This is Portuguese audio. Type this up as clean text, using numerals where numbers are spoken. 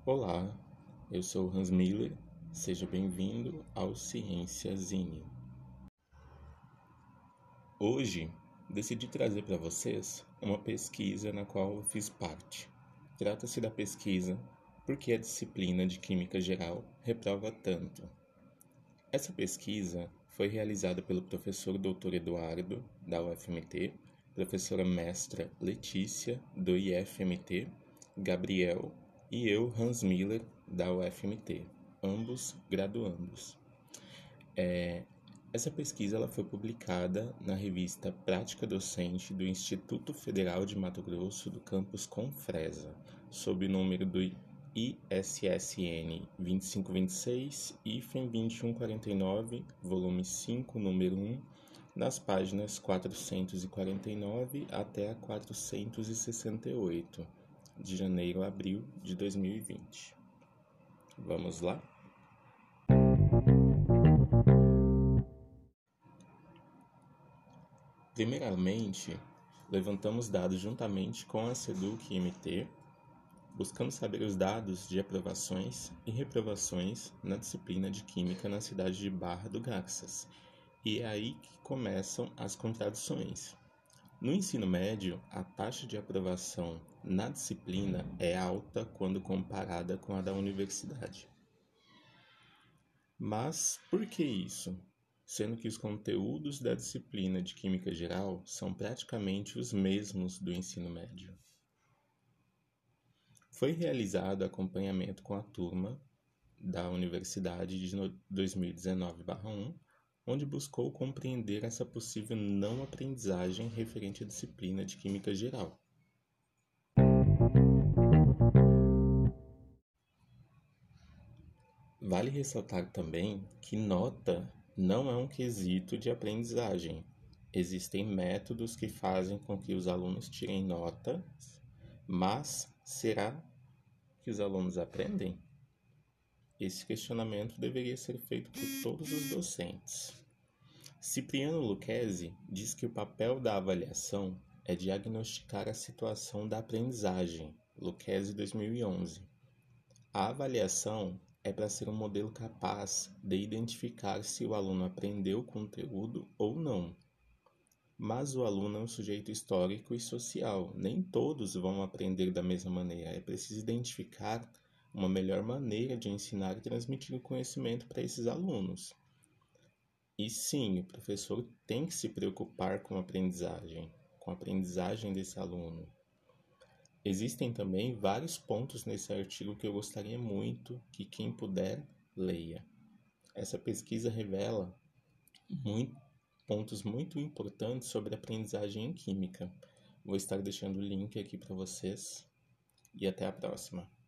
Olá, eu sou Hans Miller, seja bem-vindo ao Ciênciazinho. Hoje decidi trazer para vocês uma pesquisa na qual eu fiz parte. Trata-se da pesquisa Por que a disciplina de Química Geral reprova tanto? Essa pesquisa foi realizada pelo professor Dr. Eduardo, da UFMT, professora mestra Letícia, do IFMT, Gabriel e eu, Hans Miller, da UFMT, ambos graduandos. Essa pesquisa ela foi publicada na revista Prática Docente do Instituto Federal de Mato Grosso do campus Confresa, sob o número do ISSN 2526-2149, volume 5, número 1, nas páginas 449 até a 468, de janeiro a abril de 2020. Vamos lá? Primeiramente, levantamos dados juntamente com a SEDUC-MT, buscando saber os dados de aprovações e reprovações na disciplina de Química na cidade de Barra do Garças. E é aí que começam as contradições. No ensino médio, a taxa de aprovação na disciplina é alta quando comparada com a da universidade. Mas por que isso? Sendo que os conteúdos da disciplina de Química Geral são praticamente os mesmos do ensino médio. Foi realizado acompanhamento com a turma da Universidade de 2019/1, onde buscou compreender essa possível não aprendizagem referente à disciplina de Química Geral. Vale ressaltar também que nota não é um quesito de aprendizagem. Existem métodos que fazem com que os alunos tirem notas, mas será que os alunos aprendem? Esse questionamento deveria ser feito por todos os docentes. Cipriano Lucchesi diz que o papel da avaliação é diagnosticar a situação da aprendizagem, Lucchesi 2011. A avaliação é para ser um modelo capaz de identificar se o aluno aprendeu o conteúdo ou não. Mas o aluno é um sujeito histórico e social, nem todos vão aprender da mesma maneira. É preciso identificar uma melhor maneira de ensinar e transmitir o conhecimento para esses alunos. E sim, o professor tem que se preocupar com a aprendizagem desse aluno. Existem também vários pontos nesse artigo que eu gostaria muito que quem puder leia. Essa pesquisa revela pontos muito importantes sobre a aprendizagem em química. Vou estar deixando o link aqui para vocês e até a próxima.